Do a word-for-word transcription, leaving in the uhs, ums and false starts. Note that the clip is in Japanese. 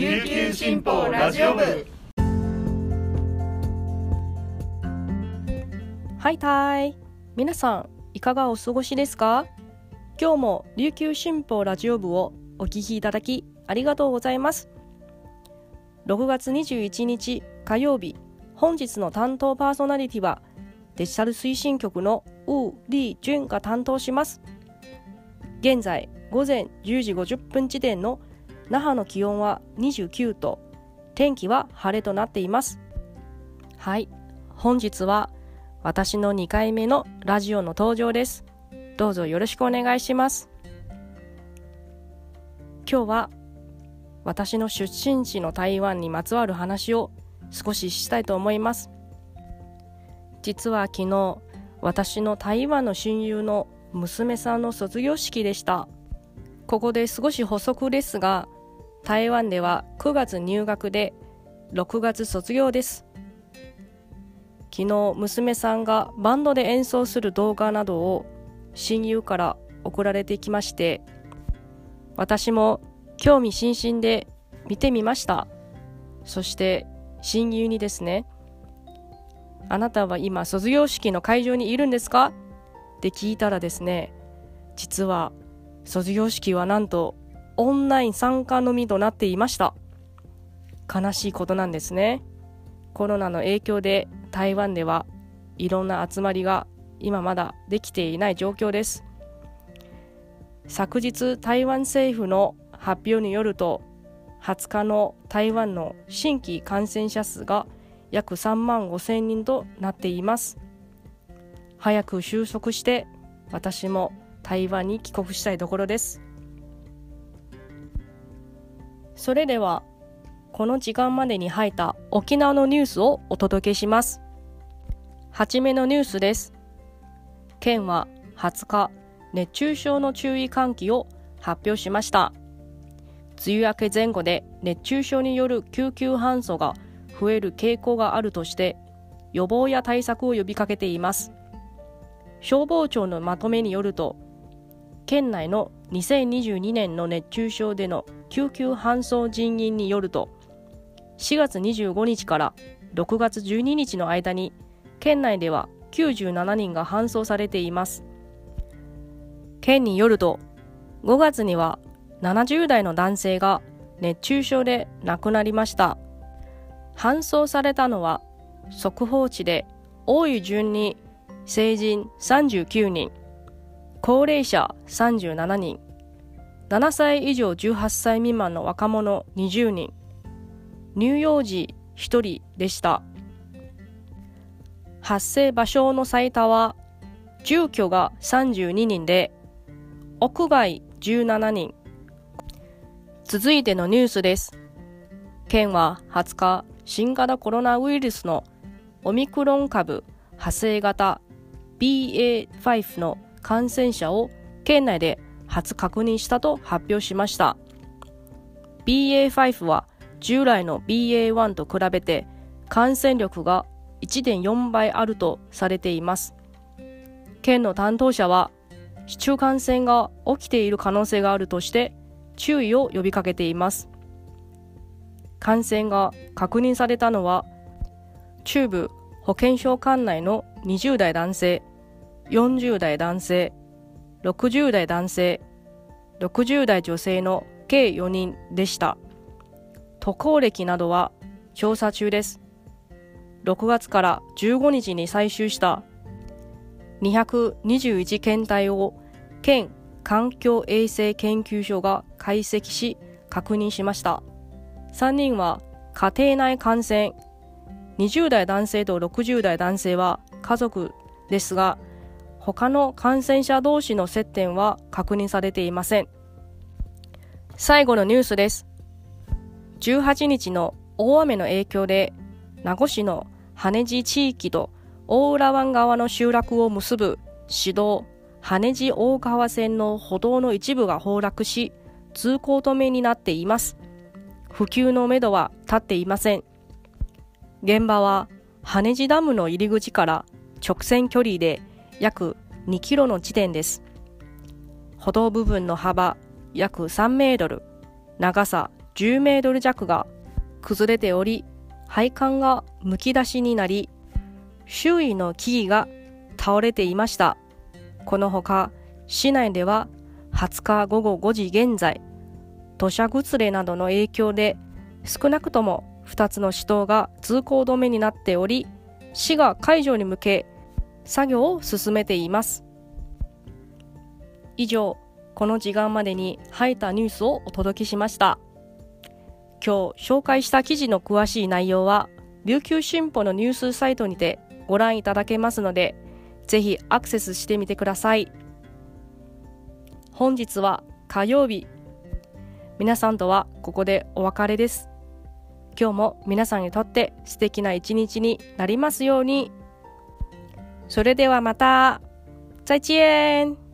琉球新報ラジオ部。 はいたい、皆さんいかがお過ごしですか？今日も琉球新報ラジオ部をお聞きいただきありがとうございます。ろくがつにじゅういちにち火曜日、本日の担当パーソナリティはデジタル推進局のウー・リー・ジュンが担当します。現在午前じゅうじごじゅっぷん時点の那覇の気温はにじゅうきゅうど、天気は晴れとなっています。はい、本日は私のにかいめのラジオの登場です。どうぞよろしくお願いします。今日は私の出身地の台湾にまつわる話を少ししたいと思います。実は昨日、私の台湾の親友の娘さんの卒業式でした。ここで少し補足ですが、台湾ではくがつ入学でろくがつ卒業です。昨日娘さんがバンドで演奏する動画などを親友から送られてきまして、私も興味津々で見てみました。そして親友にですね、あなたは今卒業式の会場にいるんですかって聞いたらですね、実は卒業式はなんとオンライン参加のみとなっていました。悲しいことなんですね。コロナの影響で台湾ではいろんな集まりが今まだできていない状況です。昨日台湾政府の発表によると、はつかの台湾の新規感染者数が約さんまんごせんにんとなっています。早く収束して私も台湾に帰国したいところです。それではこの時間までに入った沖縄のニュースをお届けします。はちめのニュースです。県ははつか、熱中症の注意喚起を発表しました。梅雨明け前後で熱中症による救急搬送が増える傾向があるとして、予防や対策を呼びかけています。消防庁のまとめによると、県内のにせんにじゅうにねんの熱中症での救急搬送人員によると、しがつにじゅうごにちからろくがつじゅうににちの間に県内ではきゅうじゅうななにんが搬送されています。県によると、ごがつにはななじゅうだいの男性が熱中症で亡くなりました。搬送されたのは速報値で多い順に成人さんじゅうきゅうにん、高齢者さんじゅうななにん、ななさい以上じゅうはっさい未満の若者にじゅうにん、乳幼児ひとりでした。発生場所の最多は住居がさんじゅうににんで、屋外じゅうななにん。続いてのニュースです。県ははつか、新型コロナウイルスのオミクロン株派生型 ビーエーファイブ の感染者を県内で初確認したと発表しました。ビーエーファイブ は従来の ビーエーワン と比べて感染力が いってんよんばいあるとされています。県の担当者は、市中感染が起きている可能性があるとして注意を呼びかけています。感染が確認されたのは、中部保健所管内のにじゅうだい男性、よんじゅうだい男性、ろくじゅうだい男性、ろくじゅうだい女性の計よにんでした。渡航歴などは調査中です。ろくがつからじゅうごにちに採集したにひゃくにじゅういちけんたいを県環境衛生研究所が解析し確認しました。さんにんは家庭内感染、にじゅうだい男性とろくじゅうだい男性は家族ですが、他の感染者同士の接点は確認されていません。最後のニュースです。じゅうはちにちの大雨の影響で、名護市の羽地地域と大浦湾側の集落を結ぶ市道羽地大川線の歩道の一部が崩落し、通行止めになっています。復旧のめどは立っていません。現場は羽地ダムの入り口から直線距離で約にキロの地点です。歩道部分の幅約さんメートル、長さじゅうメートル弱が崩れており、配管がむき出しになり、周囲の木々が倒れていました。このほか、市内でははつかごごごじ現在、土砂崩れなどの影響で少なくともふたつの市道が通行止めになっており、市が解除に向け作業を進めています。以上、この時間までに入ったニュースをお届けしました。今日紹介した記事の詳しい内容は琉球新報のニュースサイトにてご覧いただけますので、ぜひアクセスしてみてください。本日は火曜日。皆さんとはここでお別れです。今日も皆さんにとって素敵な一日になりますように。それではまた。再见。